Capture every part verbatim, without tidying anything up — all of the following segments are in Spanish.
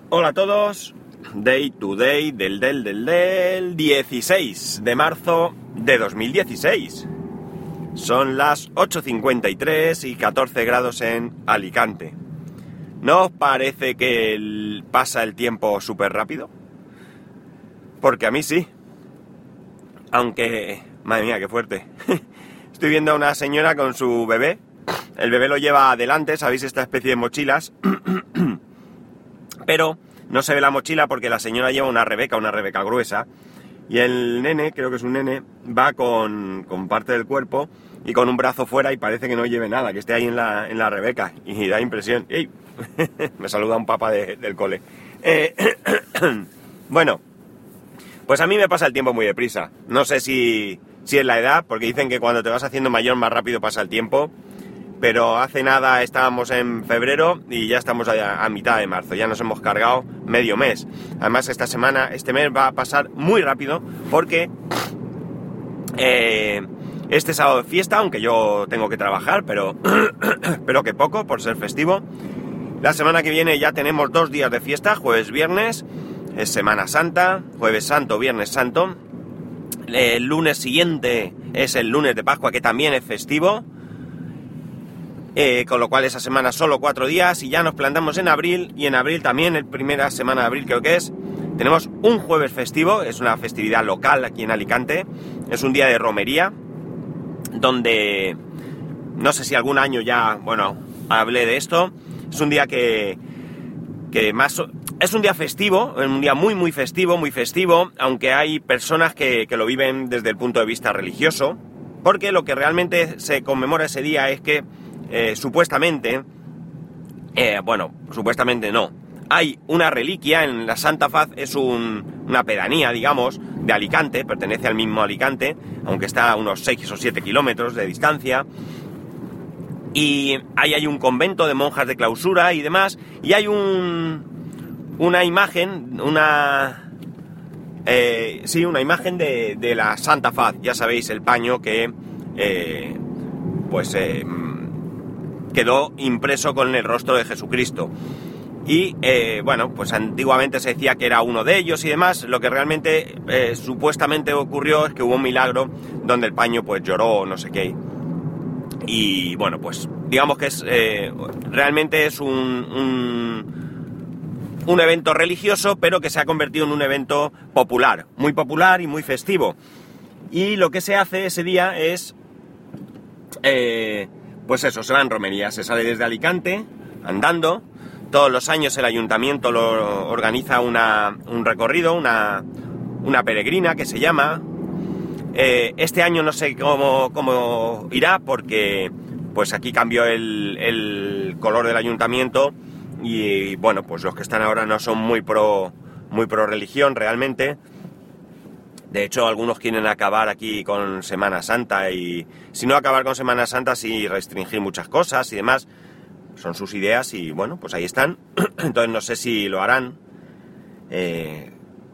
Hola a todos, Day to Day del del del del dieciséis de marzo de dos mil dieciséis. Son las ocho cincuenta y tres y catorce grados en Alicante. ¿No os parece que el, pasa el tiempo súper rápido? Porque a mí sí. Aunque, madre mía, qué fuerte. Estoy viendo a una señora con su bebé. El bebé lo lleva adelante, ¿sabéis? Esta especie de mochilas. Pero no se ve la mochila porque la señora lleva una rebeca, una rebeca gruesa. Y el nene, creo que es un nene, va con, con parte del cuerpo y con un brazo fuera y parece que no lleve nada, que esté ahí en la, en la rebeca. Y da impresión. ¡Ey! Me saluda un papa de, del cole. Eh, bueno, pues a mí me pasa el tiempo muy deprisa. No sé si, si es la edad, porque dicen que cuando te vas haciendo mayor más rápido pasa el tiempo. Pero hace nada estábamos en febrero y ya estamos a, a mitad de marzo, ya nos hemos cargado medio mes. Además esta semana, este mes va a pasar muy rápido porque eh, este sábado es fiesta, aunque yo tengo que trabajar, pero, pero que poco por ser festivo. La semana que viene ya tenemos dos días de fiesta, jueves, viernes, es Semana Santa, jueves santo, viernes santo. El lunes siguiente es el lunes de Pascua, que también es festivo. Eh, con lo cual esa semana solo cuatro días y ya nos plantamos en abril, y en abril también, el primera semana de abril creo que es, tenemos un jueves festivo, es una festividad local aquí en Alicante, es un día de romería, donde no sé si algún año ya, bueno, hablé de esto, es un día que, que más, es un día festivo, un día muy muy festivo, muy festivo, aunque hay personas que, que lo viven desde el punto de vista religioso, porque lo que realmente se conmemora ese día es que Eh, supuestamente, eh, bueno, supuestamente no, hay una reliquia en la Santa Faz, es un, una pedanía, digamos, de Alicante, pertenece al mismo Alicante, aunque está a unos seis o siete kilómetros de distancia, y ahí hay un convento de monjas de clausura y demás, y hay un, una imagen, una, eh, sí, una imagen de, de la Santa Faz, ya sabéis, el paño que, eh, pues, eh, quedó impreso con el rostro de Jesucristo. Y, eh, bueno, pues antiguamente se decía que era uno de ellos y demás. Lo que realmente eh, supuestamente ocurrió es que hubo un milagro donde el paño pues lloró o no sé qué. Y, bueno, pues digamos que es eh, realmente es un, un, un evento religioso, pero que se ha convertido en un evento popular, muy popular y muy festivo. Y lo que se hace ese día es... Eh, Pues eso, se va en romería, se sale desde Alicante, andando. Todos los años el ayuntamiento lo organiza una, un recorrido, una, una peregrina que se llama. Eh, este año no sé cómo, cómo irá, porque pues aquí cambió el, el color del ayuntamiento y, bueno, pues los que están ahora no son muy pro, muy pro religión realmente. De hecho, algunos quieren acabar aquí con Semana Santa y, si no acabar con Semana Santa, sí restringir muchas cosas y demás. Son sus ideas y, bueno, pues ahí están. Entonces no sé si lo harán. Eh,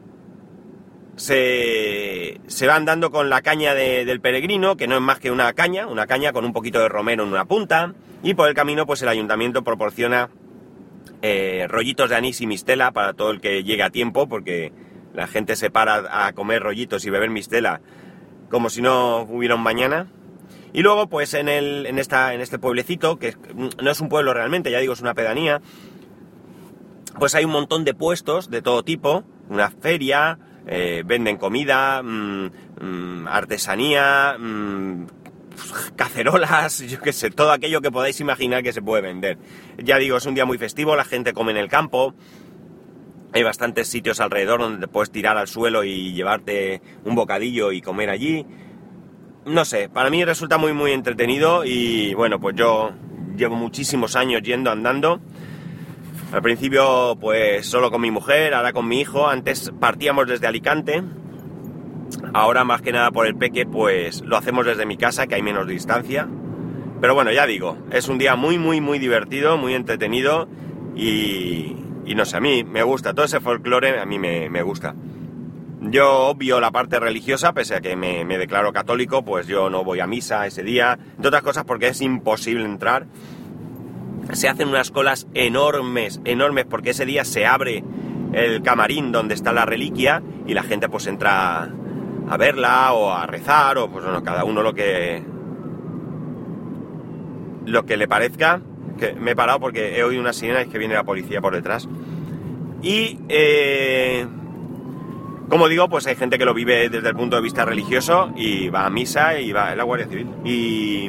se, se van dando con la caña de, del peregrino, que no es más que una caña, una caña con un poquito de romero en una punta. Y por el camino, pues el ayuntamiento proporciona eh, rollitos de anís y mistela para todo el que llegue a tiempo, porque la gente se para a comer rollitos y beber mistela como si no hubiera un mañana. Y luego, pues en el en esta en este pueblecito, que no es un pueblo realmente, ya digo, es una pedanía, pues hay un montón de puestos de todo tipo, una feria, eh, venden comida, mmm, mmm, artesanía, mmm, cacerolas, yo qué sé, todo aquello que podáis imaginar que se puede vender. Ya digo, es un día muy festivo, la gente come en el campo. Hay bastantes sitios alrededor donde te puedes tirar al suelo y llevarte un bocadillo y comer allí. No sé, para mí resulta muy muy entretenido y, bueno, pues yo llevo muchísimos años yendo, andando. Al principio pues solo con mi mujer, ahora con mi hijo. Antes partíamos desde Alicante. Ahora más que nada por el peque pues lo hacemos desde mi casa, que hay menos distancia. Pero bueno, ya digo, es un día muy muy muy divertido, muy entretenido y... Y no sé, a mí me gusta, todo ese folclore a mí me, me gusta. Yo obvio la parte religiosa, pese a que me, me declaro católico, pues yo no voy a misa ese día, entre otras cosas porque es imposible entrar. Se hacen unas colas enormes, enormes, porque ese día se abre el camarín donde está la reliquia y la gente pues entra a verla o a rezar o pues bueno, cada uno lo que lo que le parezca. Que me he parado porque he oído una sirena y es que viene la policía por detrás. Y eh, como digo, pues hay gente que lo vive desde el punto de vista religioso y va a misa y va a la Guardia Civil y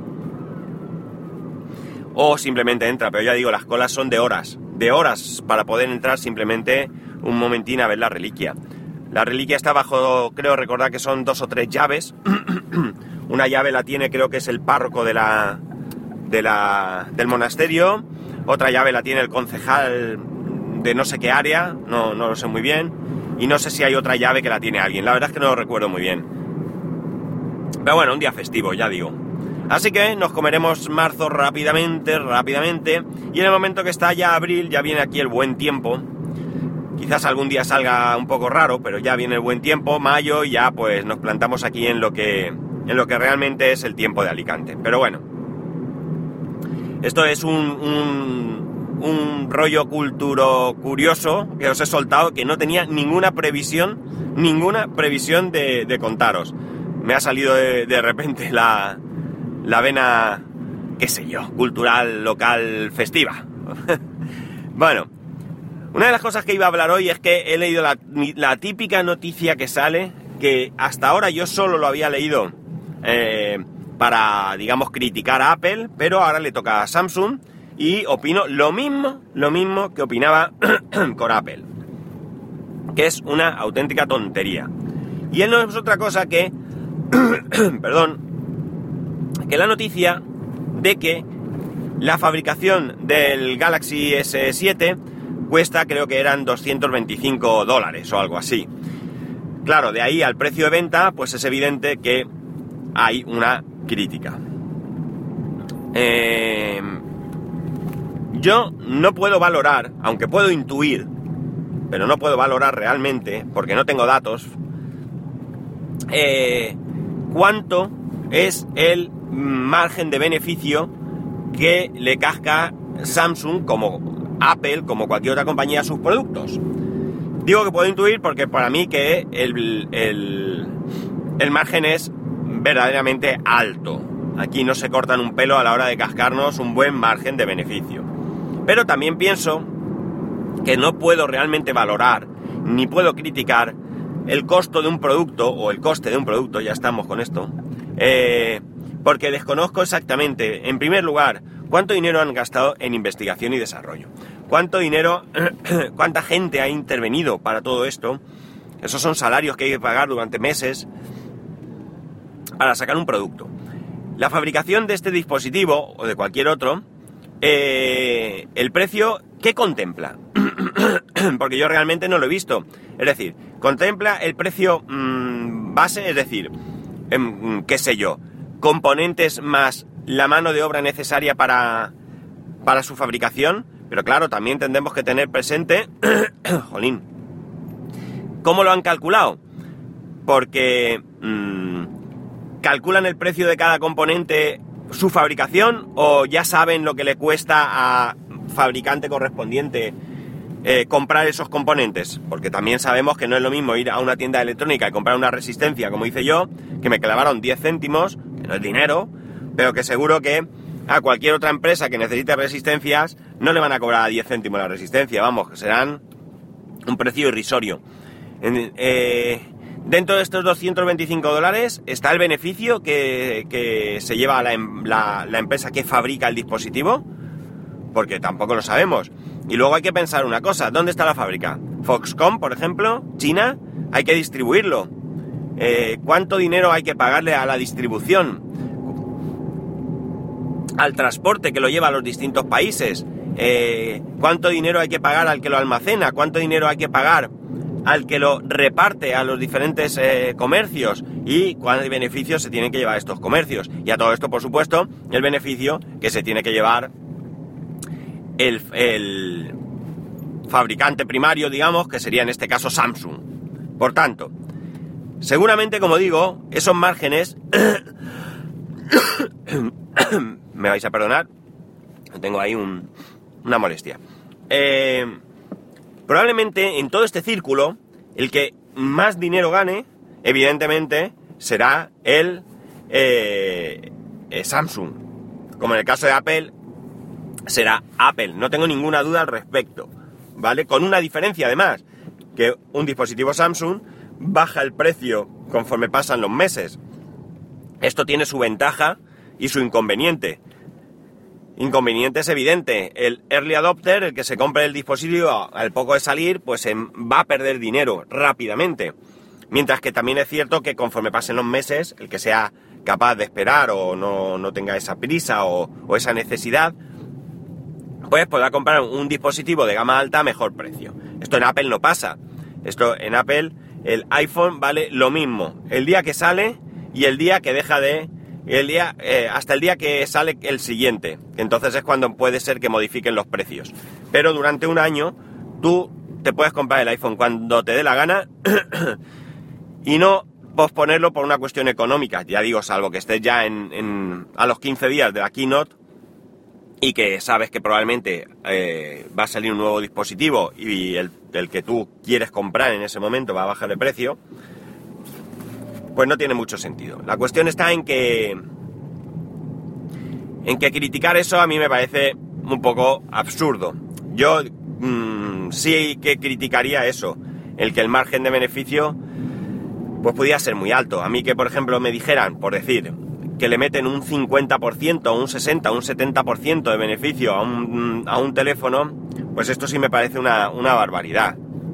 o simplemente entra, pero ya digo, las colas son de horas, de horas para poder entrar simplemente un momentín a ver la reliquia. La reliquia está bajo, creo recordar que son dos o tres llaves. Una llave la tiene, creo que es el párroco de la, de la, del monasterio. Otra llave la tiene el concejal de no sé qué área, no, no lo sé muy bien. Y no sé si hay otra llave que la tiene alguien, la verdad es que no lo recuerdo muy bien. Pero bueno, un día festivo, ya digo. Así que nos comeremos marzo rápidamente, rápidamente. Y en el momento que está ya abril, ya viene aquí el buen tiempo. Quizás algún día salga un poco raro, pero ya viene el buen tiempo, mayo, y ya pues nos plantamos aquí en lo que, en lo que realmente es el tiempo de Alicante. Pero bueno, esto es un, un, un rollo culturo curioso que os he soltado, que no tenía ninguna previsión, ninguna previsión de, de contaros. Me ha salido de, de repente la, la vena, qué sé yo, cultural, local, festiva. Bueno. Una de las cosas que iba a hablar hoy es que he leído la, la típica noticia que sale, que hasta ahora yo solo lo había leído eh, para, digamos, criticar a Apple, pero ahora le toca a Samsung y opino lo mismo, lo mismo que opinaba con Apple, que es una auténtica tontería. Y él no es otra cosa que, perdón, que la noticia de que la fabricación del Galaxy ese siete cuesta, creo que eran doscientos veinticinco dólares o algo así. Claro, de ahí al precio de venta, pues es evidente que hay una crítica. Eh, yo no puedo valorar, aunque puedo intuir, pero no puedo valorar realmente, porque no tengo datos, eh, cuánto es el margen de beneficio que le casca Samsung como Apple, como cualquier otra compañía, a sus productos. Digo que puedo intuir porque para mí que el, el, el margen es verdaderamente alto. Aquí no se cortan un pelo a la hora de cascarnos un buen margen de beneficio. Pero también pienso que no puedo realmente valorar ni puedo criticar el costo de un producto o el coste de un producto, ya estamos con esto, eh, porque desconozco exactamente, en primer lugar, cuánto dinero han gastado en investigación y desarrollo, cuánto dinero, cuánta gente ha intervenido para todo esto. Esos son salarios que hay que pagar durante meses para sacar un producto. La fabricación de este dispositivo o de cualquier otro, eh, el precio, ¿qué contempla? Porque yo realmente no lo he visto. Es decir, contempla el precio mmm, base, es decir, eh, qué sé yo, componentes más la mano de obra necesaria para, para su fabricación. Pero claro, también tendremos que tener presente, jolín, ¿cómo lo han calculado? Porque mmm, calculan el precio de cada componente, su fabricación, o ya saben lo que le cuesta a fabricante correspondiente eh, comprar esos componentes. Porque también sabemos que no es lo mismo ir a una tienda electrónica y comprar una resistencia, como hice yo, que me clavaron diez céntimos, que no es dinero, pero que seguro que a cualquier otra empresa que necesite resistencias no le van a cobrar a diez céntimos la resistencia, vamos, que serán un precio irrisorio. En, eh, dentro de estos doscientos veinticinco dólares está el beneficio que, que se lleva la, la, la empresa que fabrica el dispositivo, porque tampoco lo sabemos. Y luego hay que pensar una cosa, ¿dónde está la fábrica? Foxconn, por ejemplo, China, hay que distribuirlo. Eh, ¿Cuánto dinero hay que pagarle a la distribución? Al transporte que lo lleva a los distintos países. Eh, ¿Cuánto dinero hay que pagar al que lo almacena? ¿Cuánto dinero hay que pagar al que lo reparte a los diferentes eh, comercios? ¿Y cuál beneficio se tienen que llevar estos comercios? Y a todo esto, por supuesto, el beneficio que se tiene que llevar el, el fabricante primario, digamos, que sería en este caso Samsung. Por tanto, seguramente, como digo, esos márgenes... me vais a perdonar, tengo ahí un, una molestia. Eh, Probablemente en todo este círculo, el que más dinero gane, evidentemente, será el eh, eh, Samsung. Como en el caso de Apple, será Apple. No tengo ninguna duda al respecto, ¿vale? Con una diferencia además, que un dispositivo Samsung baja el precio conforme pasan los meses. Esto tiene su ventaja y su inconveniente. Inconveniente es evidente. El early adopter, el que se compre el dispositivo al poco de salir, pues va a perder dinero rápidamente. Mientras que también es cierto que conforme pasen los meses, el que sea capaz de esperar o no, no tenga esa prisa o, o esa necesidad, pues podrá comprar un dispositivo de gama alta a mejor precio. Esto en Apple no pasa. Esto en Apple, el iPhone vale lo mismo el día que sale y el día que deja de... El día, eh, hasta el día que sale el siguiente. Entonces es cuando puede ser que modifiquen los precios. Pero durante un año tú te puedes comprar el iPhone cuando te dé la gana y no posponerlo por una cuestión económica. Ya digo, salvo que estés ya en, en, a los quince días de la keynote y que sabes que probablemente eh, va a salir un nuevo dispositivo y el, el que tú quieres comprar en ese momento va a bajar de precio. Pues no tiene mucho sentido. La cuestión está en que... En que criticar eso a mí me parece un poco absurdo. Yo mmm, sí que criticaría eso. El que el margen de beneficio pues pudiera ser muy alto. A mí que, por ejemplo, me dijeran, por decir, que le meten un cincuenta por ciento, un sesenta por ciento, un setenta por ciento de beneficio a un, a un teléfono, pues esto sí me parece una, una barbaridad.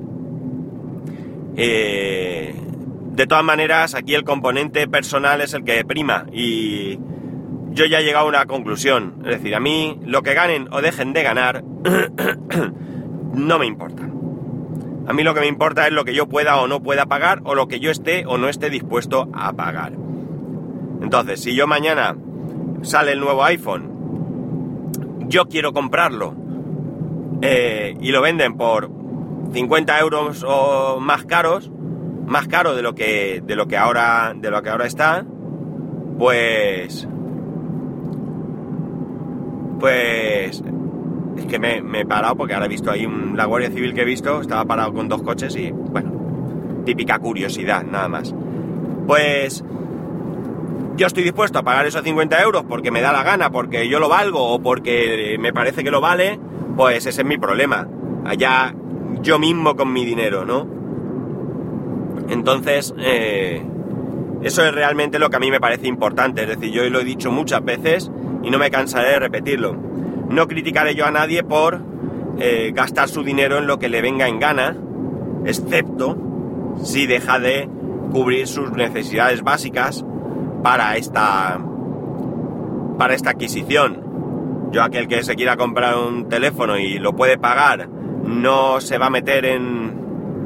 Eh... De todas maneras, aquí el componente personal es el que prima y yo ya he llegado a una conclusión. Es decir, a mí lo que ganen o dejen de ganar no me importa. A mí lo que me importa es lo que yo pueda o no pueda pagar o lo que yo esté o no esté dispuesto a pagar. Entonces, si yo mañana sale el nuevo iPhone, yo quiero comprarlo eh, y lo venden por cincuenta euros o más caros, más caro de lo que de lo que ahora de lo que ahora está, pues pues es que me, me he parado porque ahora he visto ahí un, la Guardia Civil que he visto, estaba parado con dos coches y bueno, típica curiosidad nada más. Pues yo estoy dispuesto a pagar esos cincuenta euros porque me da la gana, porque yo lo valgo o porque me parece que lo vale, pues ese es mi problema. Allá yo mismo con mi dinero, ¿no? Entonces, eh, eso es realmente lo que a mí me parece importante. Es decir, yo lo he dicho muchas veces y no me cansaré de repetirlo. No criticaré yo a nadie por eh, gastar su dinero en lo que le venga en gana, excepto si deja de cubrir sus necesidades básicas para esta, para esta adquisición. Yo, aquel que se quiera comprar un teléfono y lo puede pagar, no se va a meter en...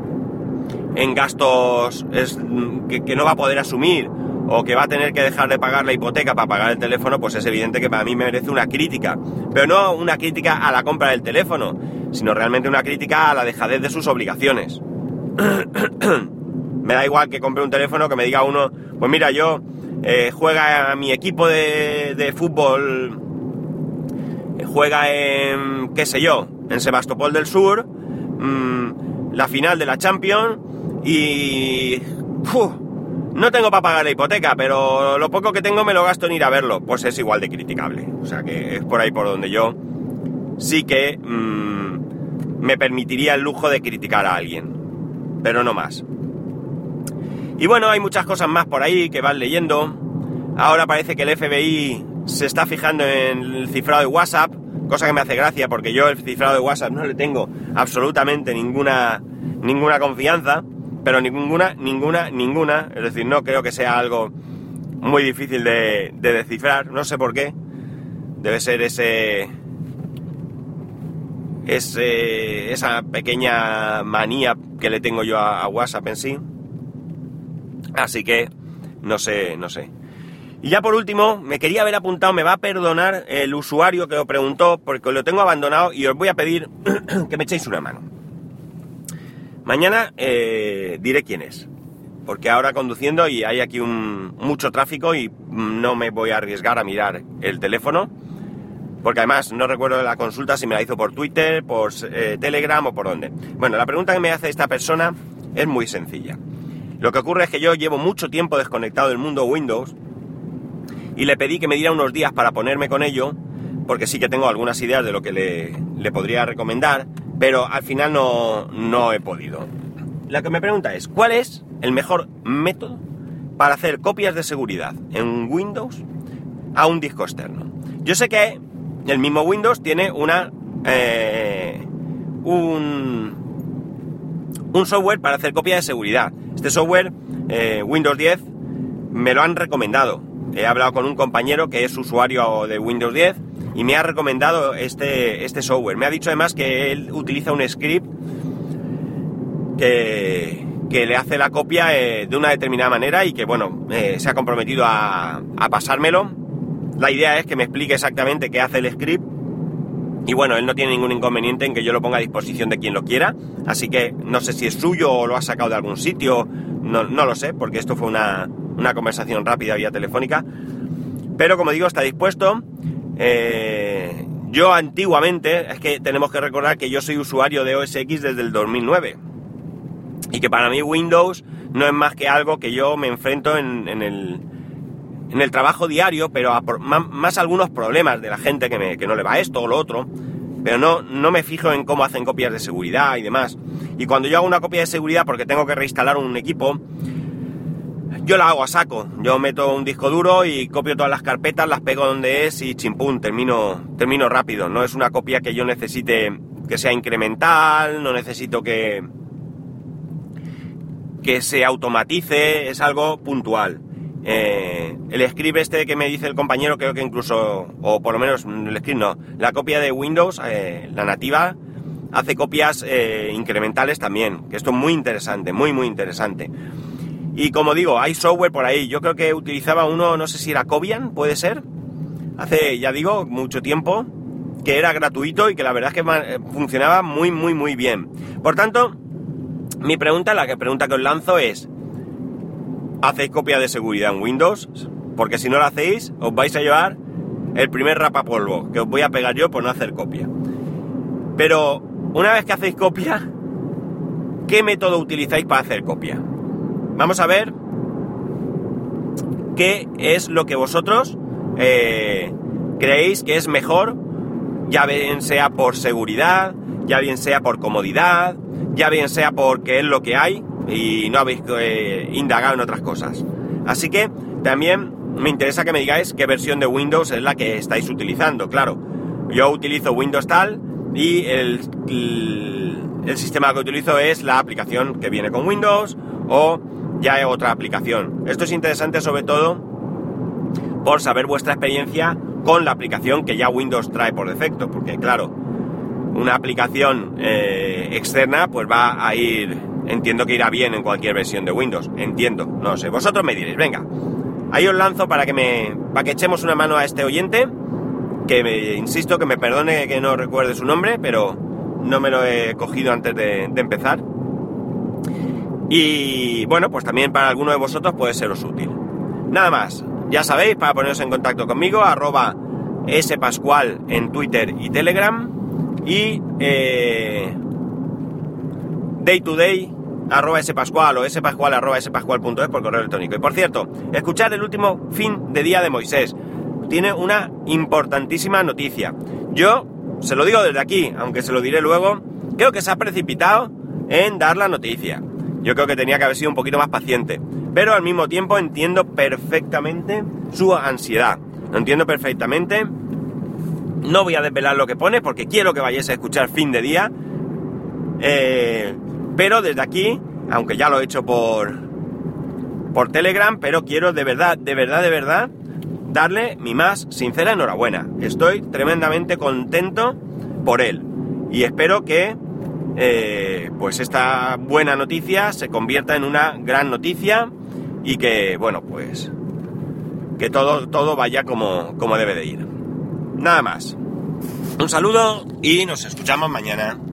en gastos es, que, que no va a poder asumir o que va a tener que dejar de pagar la hipoteca para pagar el teléfono, pues es evidente que para mí merece una crítica. Pero no una crítica a la compra del teléfono, sino realmente una crítica a la dejadez de sus obligaciones. Me da igual que compre un teléfono, que me diga uno, pues mira, yo eh, juega a mi equipo de, de fútbol, eh, juega en, qué sé yo, en Sebastopol del Sur, mmm, la final de la Champions, y uf, no tengo para pagar la hipoteca, pero lo poco que tengo me lo gasto en ir a verlo. Pues es igual de criticable. O sea que es por ahí por donde yo sí que mmm, me permitiría el lujo de criticar a alguien, pero no más. Y bueno, hay muchas cosas más por ahí que van leyendo. Ahora parece que el F B I se está fijando en el cifrado de WhatsApp, cosa que me hace gracia porque yo el cifrado de WhatsApp no le tengo absolutamente ninguna ninguna confianza. Pero ninguna, ninguna, ninguna, es decir, no creo que sea algo muy difícil de, de descifrar, no sé por qué. Debe ser ese, ese, esa pequeña manía que le tengo yo a, a WhatsApp en sí. Así que, no sé, no sé. Y ya por último, me quería haber apuntado, me va a perdonar el usuario que lo preguntó, porque lo tengo abandonado y os voy a pedir que me echéis una mano. Mañana eh, diré quién es, porque ahora conduciendo y hay aquí un, mucho tráfico y no me voy a arriesgar a mirar el teléfono, porque además no recuerdo la consulta si me la hizo por Twitter, por eh, Telegram o por dónde. Bueno, la pregunta que me hace esta persona es muy sencilla. Lo que ocurre es que yo llevo mucho tiempo desconectado del mundo Windows y le pedí que me diera unos días para ponerme con ello, porque sí que tengo algunas ideas de lo que le, le podría recomendar, pero al final no, no he podido. La que me pregunta es, ¿cuál es el mejor método para hacer copias de seguridad en Windows a un disco externo? Yo sé que el mismo Windows tiene una eh, un, un software para hacer copia de seguridad. Este software, eh, Windows diez, me lo han recomendado. He hablado con un compañero que es usuario de Windows diez y me ha recomendado este, este software. Me ha dicho además que él utiliza un script que, que le hace la copia eh, de una determinada manera y que, bueno, eh, se ha comprometido a, a pasármelo. La idea es que me explique exactamente qué hace el script y, bueno, él no tiene ningún inconveniente en que yo lo ponga a disposición de quien lo quiera, así que no sé si es suyo o lo ha sacado de algún sitio, no, no lo sé, porque esto fue una, una conversación rápida vía telefónica, pero como digo, está dispuesto. Eh, yo antiguamente, es que tenemos que recordar que yo soy usuario de O S X desde el dos mil nueve y que para mí Windows no es más que algo que yo me enfrento en, en, el, en el trabajo diario, pero a por, más, más algunos problemas de la gente que, me, que no le va esto o lo otro, pero no, no me fijo en cómo hacen copias de seguridad y demás. Y cuando yo hago una copia de seguridad porque tengo que reinstalar un equipo, yo la hago a saco. Yo meto un disco duro y copio todas las carpetas, las pego donde es y chimpún, termino, termino rápido. No es una copia que yo necesite que sea incremental, no necesito que, que se automatice, es algo puntual. Eh, el script este que me dice el compañero, creo que incluso, o por lo menos el script no, la copia de Windows, eh, la nativa, hace copias eh, incrementales también, que esto es muy interesante, muy muy interesante. Y como digo, hay software por ahí. Yo creo que utilizaba uno, no sé si era Cobian, puede ser. Hace, ya digo, mucho tiempo, que era gratuito y que la verdad es que funcionaba muy, muy, muy bien. Por tanto, mi pregunta, la que pregunta que os lanzo es, ¿hacéis copia de seguridad en Windows? Porque si no lo hacéis, os vais a llevar el primer rapapolvo que os voy a pegar yo por no hacer copia. Pero, una vez que hacéis copia, ¿qué método utilizáis para hacer copia? Vamos a ver qué es lo que vosotros eh, creéis que es mejor, ya bien sea por seguridad, ya bien sea por comodidad, ya bien sea porque es lo que hay y no habéis eh, indagado en otras cosas. Así que también me interesa que me digáis qué versión de Windows es la que estáis utilizando. Claro, yo utilizo Windows tal y el, el, el sistema que utilizo es la aplicación que viene con Windows o ya es otra aplicación. Esto es interesante sobre todo por saber vuestra experiencia con la aplicación que ya Windows trae por defecto, porque claro, una aplicación eh, externa pues va a ir, entiendo que irá bien en cualquier versión de Windows, entiendo, no sé, vosotros me diréis. Venga, ahí os lanzo para que me, para que echemos una mano a este oyente, que me, insisto, que me perdone que no recuerde su nombre, pero no me lo he cogido antes de, de empezar. Y bueno, pues también para alguno de vosotros puede seros útil. Nada más, ya sabéis, para poneros en contacto conmigo, arroba spascual en Twitter y Telegram, y eh, day to day arroba spascual o spascual arroba spascual punto es por correo electrónico. Y por cierto, escuchar el último fin de día de Moisés. Tiene una importantísima noticia. Yo se lo digo desde aquí, aunque se lo diré luego, creo que se ha precipitado en dar la noticia. Yo creo que tenía que haber sido un poquito más paciente, pero al mismo tiempo entiendo perfectamente su ansiedad. Lo entiendo perfectamente. No voy a desvelar lo que pone porque quiero que vayáis a escuchar fin de día. Eh, pero desde aquí, aunque ya lo he hecho por, por Telegram, pero quiero de verdad, de verdad, de verdad, darle mi más sincera enhorabuena. Estoy tremendamente contento por él y espero que Eh, pues esta buena noticia se convierta en una gran noticia y que, bueno, pues que todo, todo vaya como, como debe de ir. Nada más. Un saludo y nos escuchamos mañana.